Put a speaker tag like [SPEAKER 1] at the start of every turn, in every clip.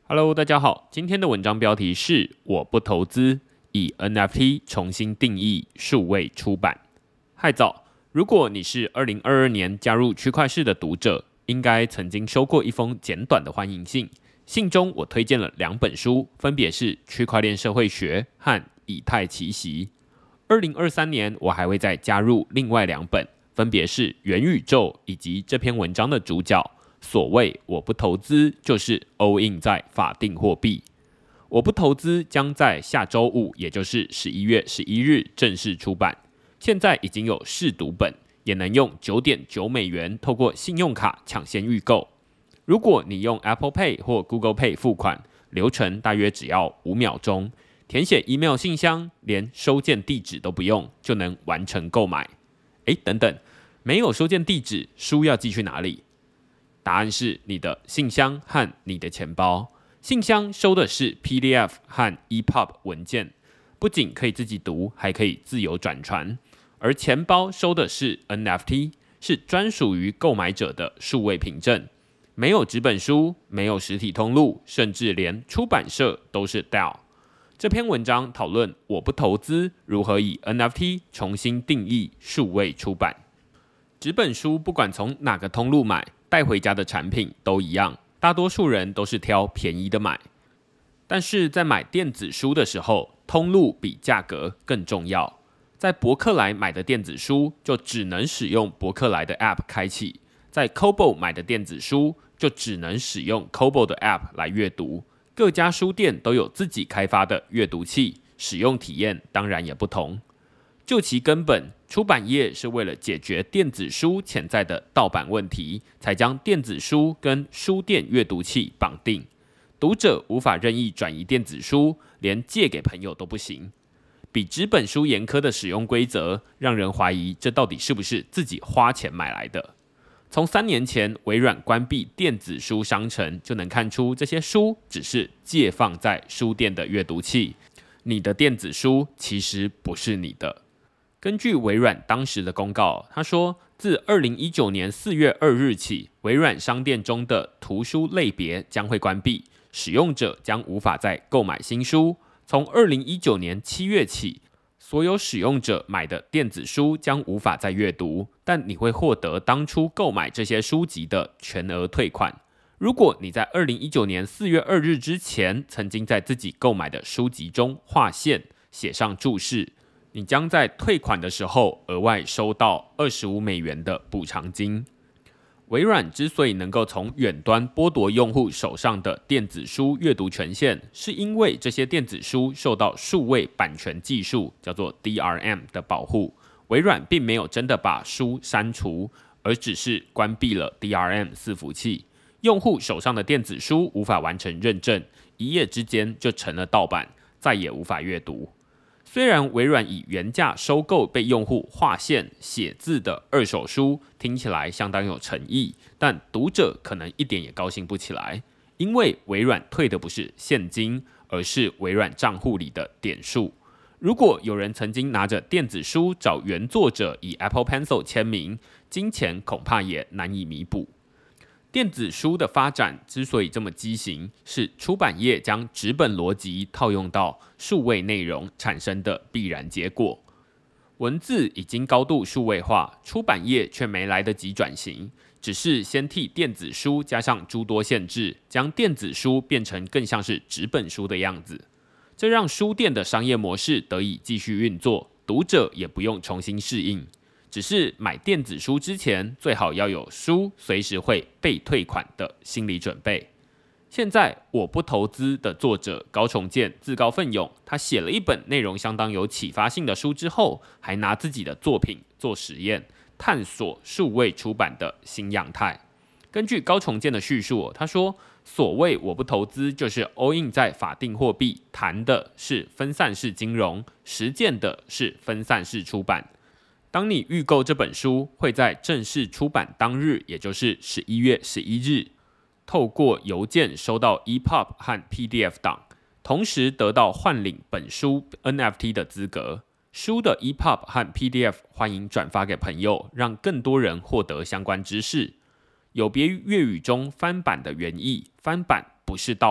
[SPEAKER 1] Hello， 大家好，今天的文章标题是我不投资，以 NFT 重新定义数位出版。嗨早，如果你是2022年加入区块市的读者，应该曾经收过一封简短的欢迎信。信中我推荐了2本书，分别是《区块链社会学》和《以太奇袭》。2023年我还会再加入另外2本，分别是《元宇宙》以及这篇文章的主角。所谓我不投资，就是 all in 在法定货币。我不投资将在下周5，也就是11月11日正式出版。现在已经有试读本，也能用9.9美元透过信用卡抢先预购。如果你用 Apple Pay 或 Google Pay 付款，流程大约只要5秒钟，填写 email 信箱，连收件地址都不用，就能完成购买。等等，没有收件地址，书要寄去哪里？答案是你的信箱和你的钱包。信箱收的是 PDF 和 EPUB 文件，不仅可以自己读，还可以自由转传。而钱包收的是 NFT， 是专属于购买者的数位凭证。没有纸本书，没有实体通路，甚至连出版社都是 DAO。这篇文章讨论我不投资如何以 NFT 重新定义数位出版。纸本书不管从哪个通路买，带回家的产品都一样，大多数人都是挑便宜的买。但是在买电子书的时候，通路比价格更重要。在博客来买的电子书，就只能使用博客来的 App 开启；在 Kobo 买的电子书，就只能使用 Kobo 的 App 来阅读。各家书店都有自己开发的阅读器，使用体验当然也不同。就其根本，出版业是为了解决电子书潜在的盗版问题，才将电子书跟书店阅读器绑定。读者无法任意转移电子书，连借给朋友都不行。比纸本书严苛的使用规则，让人怀疑这到底是不是自己花钱买来的。从3年前微软关闭电子书商城，就能看出这些书只是借放在书店的阅读器，你的电子书其实不是你的。根据微软当时的公告，他说，自2019年4月2日起，微软商店中的图书类别将会关闭，使用者将无法再购买新书。从2019年7月起，所有使用者买的电子书将无法再阅读，但你会获得当初购买这些书籍的全额退款。如果你在2019年4月2日之前曾经在自己购买的书籍中划线，写上注释，你将在退款的时候额外收到25美元的补偿金。微软之所以能够从远端剥夺用户手上的电子书阅读权限，是因为这些电子书受到数位版权技术叫做 DRM 的保护。微软并没有真的把书删除，而只是关闭了 DRM 伺服器。用户手上的电子书无法完成认证，一夜之间就成了盗版，再也无法阅读。虽然微软以原价收购被用户划线写字的二手书，听起来相当有诚意，但读者可能一点也高兴不起来，因为微软退的不是现金，而是微软账户里的点数。如果有人曾经拿着电子书找原作者以 Apple Pencil 签名，金钱恐怕也难以弥补。电子书的发展之所以这么畸形，是出版业将纸本逻辑套用到数位内容产生的必然结果。文字已经高度数位化，出版业却没来得及转型，只是先替电子书加上诸多限制，将电子书变成更像是纸本书的样子。这让书店的商业模式得以继续运作，读者也不用重新适应。只是买电子书之前，最好要有书随时会被退款的心理准备。现在我不投资的作者高重建自告奋勇，他写了一本内容相当有启发性的书之后，还拿自己的作品做实验，探索数位出版的新样态。根据高重建的叙述，他说，所谓我不投资，就是 all in 在法定货币，谈的是分散式金融，实践的是分散式出版。当你预购这本书，会在正式出版当日，也就是11月11日，透过邮件收到 EPUB 和 PDF 档，同时得到换领本书 NFT 的资格。书的 EPUB 和 PDF 欢迎转发给朋友，让更多人获得相关知识。有别于粤语中翻版的原意，翻版不是盗版，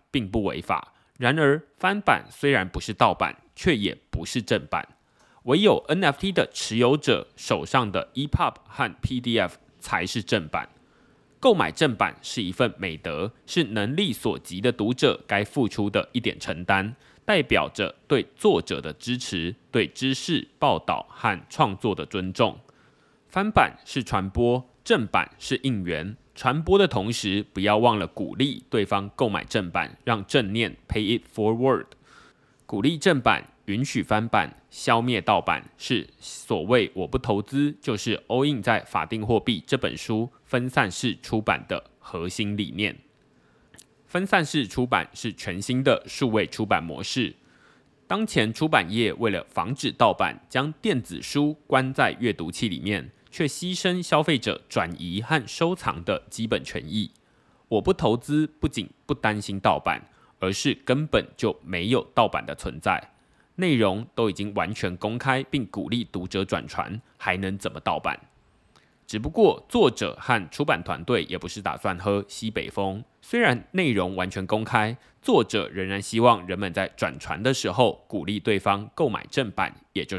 [SPEAKER 1] 并不违法。然而，翻版虽然不是盗版，却也不是正版。唯有 NFT 的持有者手上的 EPUB 和 PDF 才是正版。购买正版是一份美德，是能力所及的读者该付出的一点承担，代表着对作者的支持，对知识、报道和创作的尊重。翻版是传播，正版是应援。传播的同时，不要忘了鼓励对方购买正版，让正念 pay it forward。鼓励正版，允许翻版，消灭盗版，是所谓我不投资，就是 all in 在法定货币这本书分散式出版的核心理念。分散式出版是全新的数位出版模式。当前出版业为了防止盗版，将电子书关在阅读器里面，却牺牲消费者转移和收藏的基本权益。我不投资不仅不担心盗版，而是根本就没有盗版的存在。内容都已经完全公开，并鼓励读者转传，还能怎么盗版？只不过作者和出版团队也不是打算喝西北风，虽然内容完全公开，作者仍然希望人们在转传的时候鼓励对方购买正版，也就是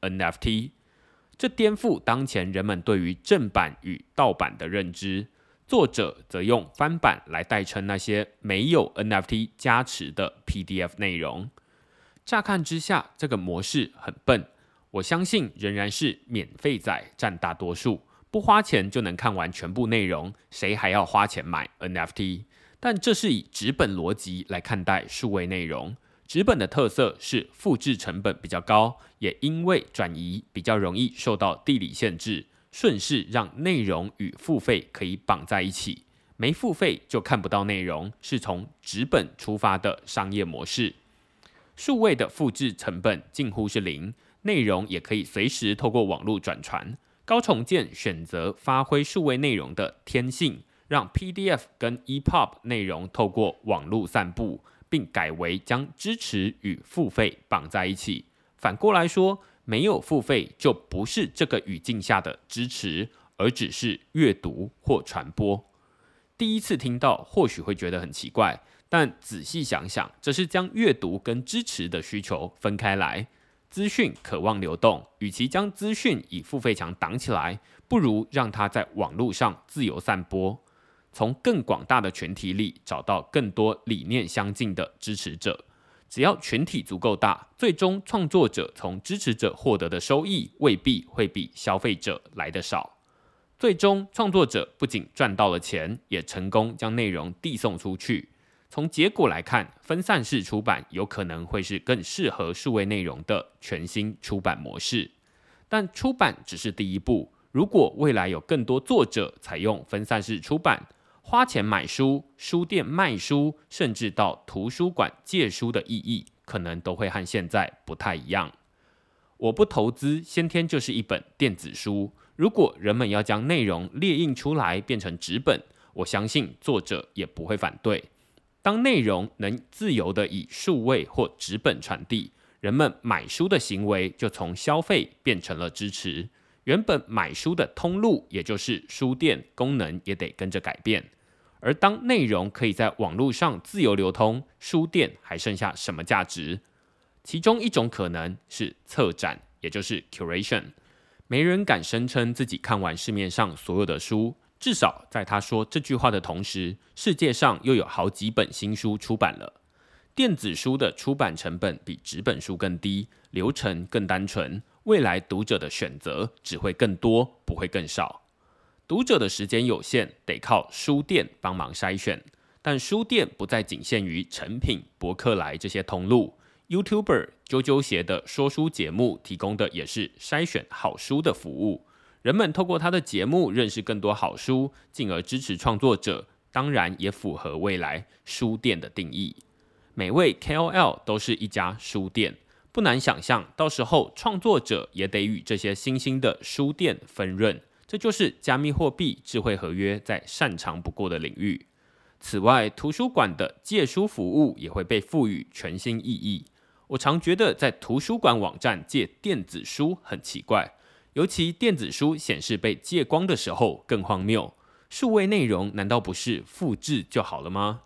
[SPEAKER 1] NFT。这颠覆当前人们对于正版与盗版的认知。作者则用翻版来代称那些没有 NFT 加持的 PDF 内容。乍看之下，这个模式很笨，我相信仍然是免费仔占大多数，不花钱就能看完全部内容，谁还要花钱买 NFT？ 但这是以纸本逻辑来看待数位内容。纸本的特色是复制成本比较高，也因为转移比较容易受到地理限制，顺势让内容与付费可以绑在一起。没付费就看不到内容，是从纸本出发的商业模式。数位的复制成本近乎是零，内容也可以随时透过网络转传。高重建选择发挥数位内容的天性，让 PDF 跟 EPUB 内容透过网络散布，并改为将支持与付费绑在一起。反过来说，没有付费就不是这个语境下的支持，而只是阅读或传播。第一次听到或许会觉得很奇怪，但仔细想想，这是将阅读跟支持的需求分开来。资讯渴望流动，与其将资讯以付费墙挡起来，不如让它在网络上自由散播，从更广大的群体里找到更多理念相近的支持者。只要群体足够大，最终创作者从支持者获得的收益未必会比消费者来得少。最终创作者不仅赚到了钱，也成功将内容递送出去。从结果来看，分散式出版有可能会是更适合数位内容的全新出版模式。但出版只是第一步，如果未来有更多作者采用分散式出版，花钱买书、书店卖书，甚至到图书馆借书的意义，可能都会和现在不太一样。我不投资先天就是一本电子书，如果人们要将内容列印出来变成纸本，我相信作者也不会反对。当内容能自由地以数位或纸本传递，人们买书的行为就从消费变成了支持。原本买书的通路，也就是书店功能也得跟着改变。而当内容可以在网络上自由流通，书店还剩下什么价值？其中一种可能是策展，也就是 curation。没人敢声称自己看完市面上所有的书，至少在他说这句话的同时，世界上又有好几本新书出版了。电子书的出版成本比纸本书更低，流程更单纯，未来读者的选择只会更多，不会更少。读者的时间有限，得靠书店帮忙筛选，但书店不再仅限于诚品、博客来这些通路。YouTuber 啾啾鞋的说书节目提供的也是筛选好书的服务。人们透过他的节目认识更多好书，进而支持创作者，当然也符合未来书店的定义。每位 KOL 都是一家书店，不难想象，到时候创作者也得与这些新兴的书店分润。这就是加密货币智慧合约再擅长不过的领域。此外，图书馆的借书服务也会被赋予全新意义。我常觉得在图书馆网站借电子书很奇怪，尤其电子书显示被借光的时候更荒谬。数位内容难道不是复制就好了吗？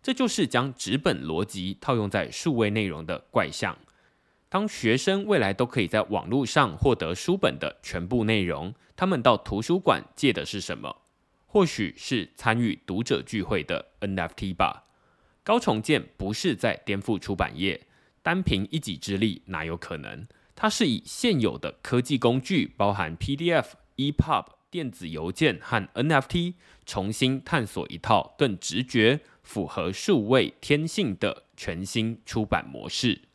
[SPEAKER 1] 这就是将纸本逻辑套用在数位内容的怪象。当学生未来都可以在网络上获得书本的全部内容，他们到图书馆借的是什么？或许是参与读者聚会的 NFT 吧。高重建不是在颠覆出版业，单凭一己之力哪有可能？它是以现有的科技工具，包含 PDF、EPUB、电子邮件和 NFT， 重新探索一套更直觉、符合数位天性的全新出版模式。